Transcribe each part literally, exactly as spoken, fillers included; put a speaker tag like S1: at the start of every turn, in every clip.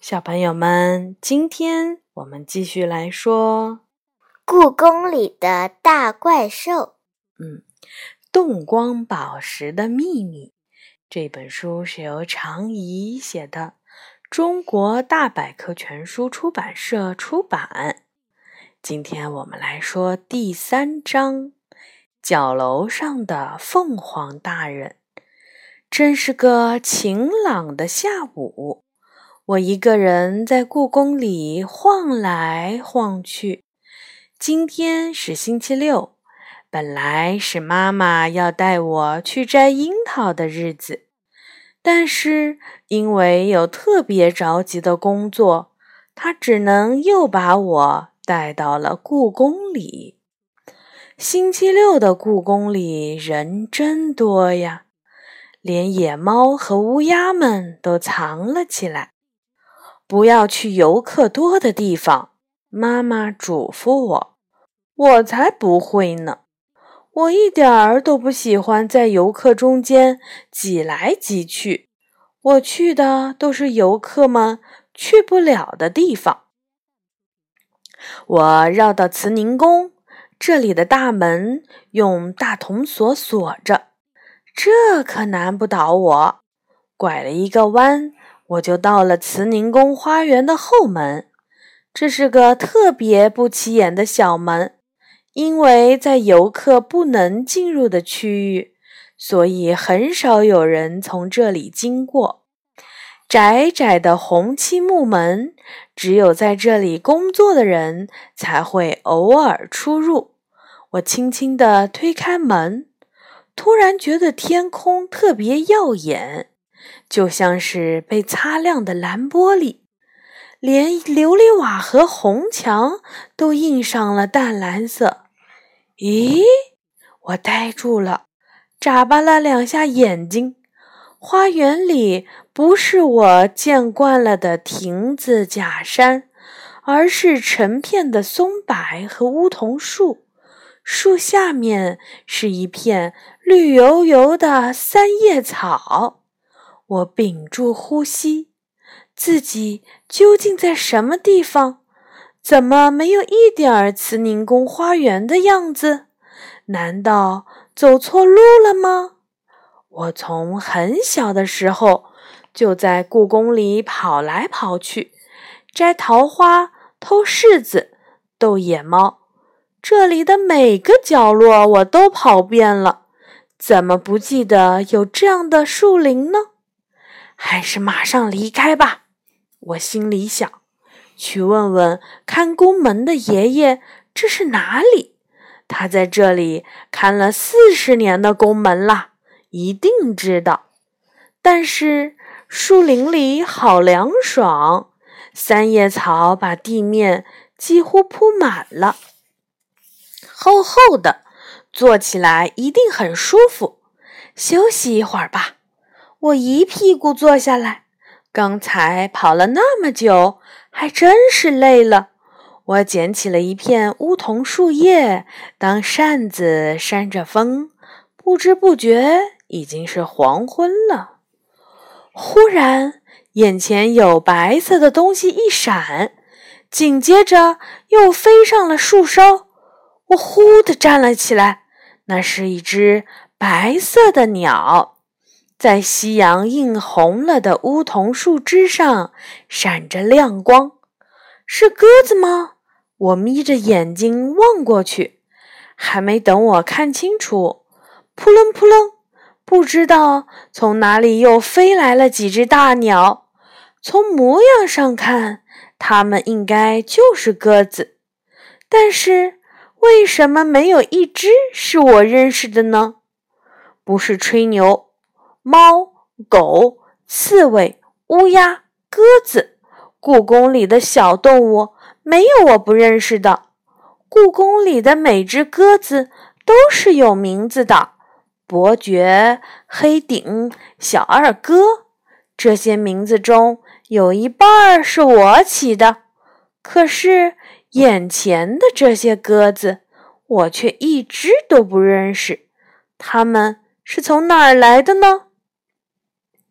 S1: 小朋友们，今天我们继续来说
S2: 故宫里的大怪兽。
S1: 嗯，动光宝石的秘密这本书是由常怡写的，中国大百科全书出版社出版。今天我们来说第三章，角楼上的凤凰大人。真是个晴朗的下午，我一个人在故宫里晃来晃去。今天是星期六，本来是妈妈要带我去摘樱桃的日子，但是因为有特别着急的工作，她只能又把我带到了故宫里。星期六的故宫里人真多呀，连野猫和乌鸦们都藏了起来。不要去游客多的地方，妈妈嘱咐我。我才不会呢，我一点儿都不喜欢在游客中间挤来挤去。我去的都是游客们去不了的地方。我绕到慈宁宫，这里的大门用大铜锁锁着，这可难不倒我。拐了一个弯，我就到了慈宁宫花园的后门。这是个特别不起眼的小门，因为在游客不能进入的区域，所以很少有人从这里经过。窄窄的红漆木门，只有在这里工作的人才会偶尔出入。我轻轻地推开门，突然觉得天空特别耀眼，就像是被擦亮的蓝玻璃，连琉璃瓦和红墙都印上了淡蓝色。咦，我呆住了，眨巴了两下眼睛。花园里不是我见惯了的亭子假山，而是成片的松柏和梧桐树，树下面是一片绿油油的三叶草。我屏住呼吸，自己究竟在什么地方？怎么没有一点儿慈宁宫花园的样子？难道走错路了吗？我从很小的时候就在故宫里跑来跑去，摘桃花、偷柿子、逗野猫，这里的每个角落我都跑遍了，怎么不记得有这样的树林呢？还是马上离开吧，我心里想，去问问看宫门的爷爷这是哪里。他在这里看了四十年的宫门啦，一定知道。但是树林里好凉爽，三叶草把地面几乎铺满了，厚厚的，坐起来一定很舒服。休息一会儿吧。我一屁股坐下来，刚才跑了那么久，还真是累了。我捡起了一片梧桐树叶当扇子扇着风，不知不觉已经是黄昏了。忽然眼前有白色的东西一闪，紧接着又飞上了树梢。我忽地站了起来，那是一只白色的鸟，在夕阳映红了的梧桐树枝上闪着亮光。是鸽子吗？我眯着眼睛望过去，还没等我看清楚，扑棱扑棱，不知道从哪里又飞来了几只大鸟。从模样上看，它们应该就是鸽子，但是为什么没有一只是我认识的呢？不是吹牛，猫、狗、刺猬、乌鸦、鸽子，故宫里的小动物没有我不认识的。故宫里的每只鸽子都是有名字的，伯爵、黑顶、小二哥，这些名字中有一半是我起的。可是眼前的这些鸽子，我却一只都不认识，它们是从哪儿来的呢？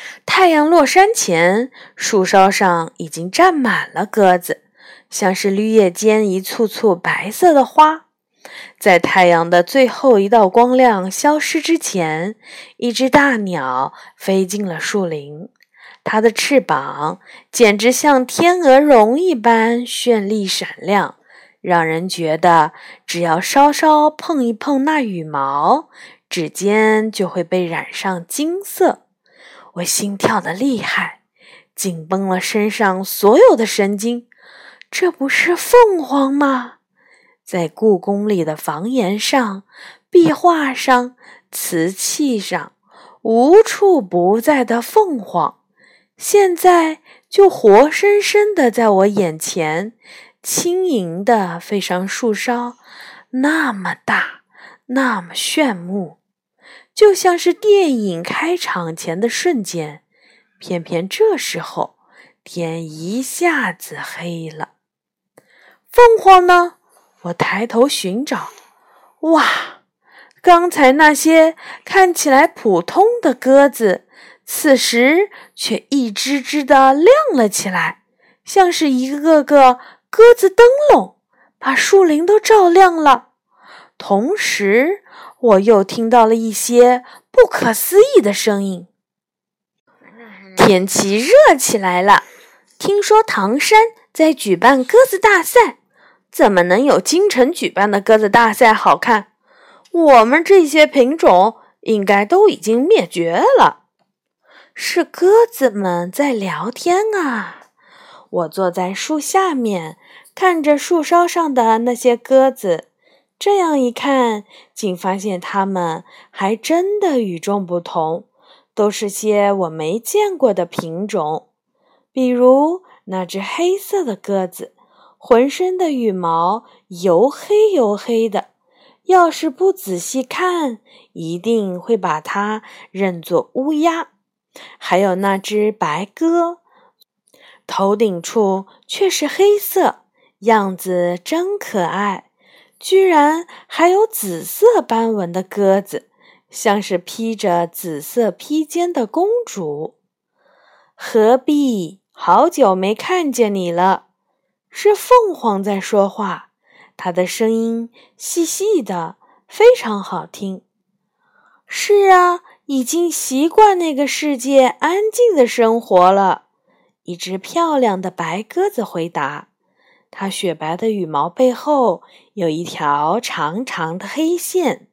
S1: 太阳落山前，树梢上已经站满了鸽子，像是绿叶间一簇簇白色的花。在太阳的最后一道光亮消失之前，一只大鸟飞进了树林，它的翅膀简直像天鹅绒一般绚丽闪亮，让人觉得只要稍稍碰一碰那羽毛，指尖就会被染上金色。我心跳得厉害，紧绷了身上所有的神经。这不是凤凰吗？在故宫里的房檐上、壁画上、瓷器上，无处不在的凤凰，现在就活生生地在我眼前，轻盈地飞上树梢，那么大，那么炫目，就像是电影开场前的瞬间。偏偏这时候，天一下子黑了。凤凰呢？我抬头寻找，哇！刚才那些看起来普通的鸽子，此时却一只只的亮了起来，像是一个个鸽子灯笼，把树林都照亮了。同时，我又听到了一些不可思议的声音。天气热起来了，听说唐山在举办鸽子大赛。怎么能有京城举办的鸽子大赛好看？我们这些品种应该都已经灭绝了。是鸽子们在聊天啊！我坐在树下面，看着树梢上的那些鸽子，这样一看，竟发现它们还真的与众不同，都是些我没见过的品种。比如那只黑色的鸽子，浑身的羽毛油黑油黑的，要是不仔细看，一定会把它认作乌鸦。还有那只白鸽，头顶处却是黑色，样子真可爱。居然还有紫色斑纹的鸽子，像是披着紫色披肩的公主。何必，好久没看见你了。是凤凰在说话，它的声音细细的，非常好听。是啊，已经习惯那个世界安静的生活了。一只漂亮的白鸽子回答，它雪白的羽毛背后有一条长长的黑线。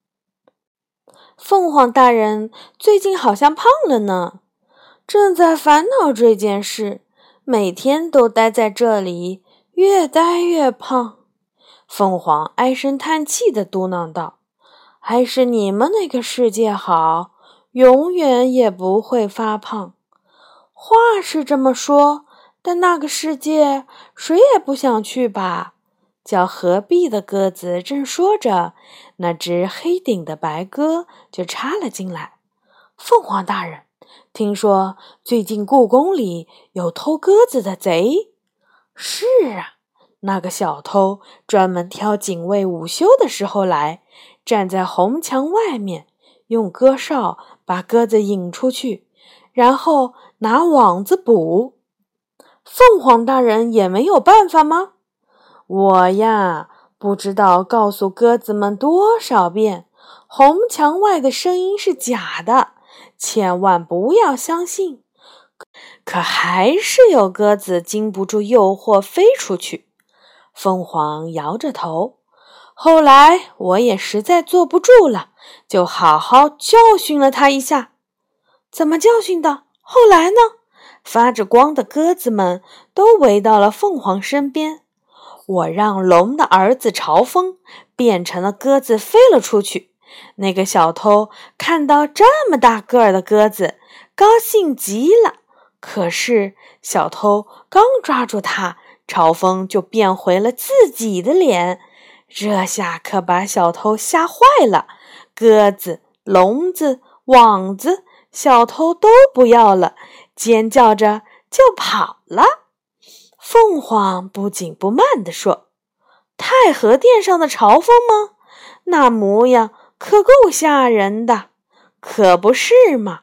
S1: 凤凰大人最近好像胖了呢，正在烦恼这件事。每天都待在这里，越待越胖。凤凰唉声叹气地嘟囔道，还是你们那个世界好，永远也不会发胖。话是这么说，但那个世界谁也不想去吧。叫何必的鸽子正说着，那只黑顶的白鸽就插了进来。凤凰大人，听说最近故宫里有偷鸽子的贼。是啊，那个小偷专门挑警卫午休的时候来，站在红墙外面，用鸽哨把鸽子引出去，然后拿网子捕。凤凰大人也没有办法吗？我呀，不知道告诉鸽子们多少遍，红墙外的声音是假的，千万不要相信。可还是有鸽子经不住诱惑飞出去。凤凰摇着头，后来我也实在坐不住了，就好好教训了它一下。怎么教训的？后来呢？发着光的鸽子们都围到了凤凰身边。我让龙的儿子朝风变成了鸽子飞了出去。那个小偷看到这么大个儿的鸽子，高兴极了。可是小偷刚抓住它，朝风就变回了自己的脸。这下可把小偷吓坏了，鸽子、笼子、网子，小偷都不要了，尖叫着就跑了。凤凰不紧不慢地说，太和殿上的朝风吗？那模样可够吓人的。可不是嘛，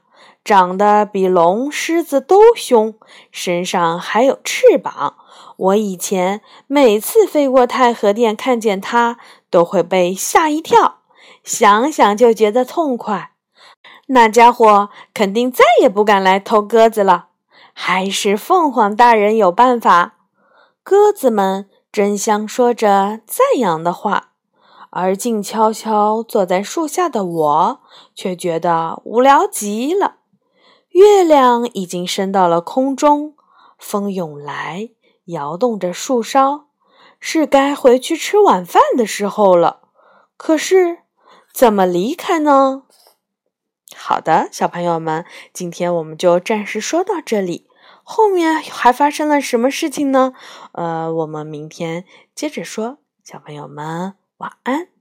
S1: 长得比龙、狮子都凶，身上还有翅膀。我以前每次飞过太和殿看见它，都会被吓一跳，想想就觉得痛快。那家伙肯定再也不敢来偷鸽子了，还是凤凰大人有办法。鸽子们争相说着赞扬的话，而静悄悄坐在树下的我却觉得无聊极了。月亮已经升到了空中，风涌来，摇动着树梢，是该回去吃晚饭的时候了。可是怎么离开呢？好的，小朋友们，今天我们就暂时说到这里。后面还发生了什么事情呢？呃，我们明天接着说。小朋友们，晚安。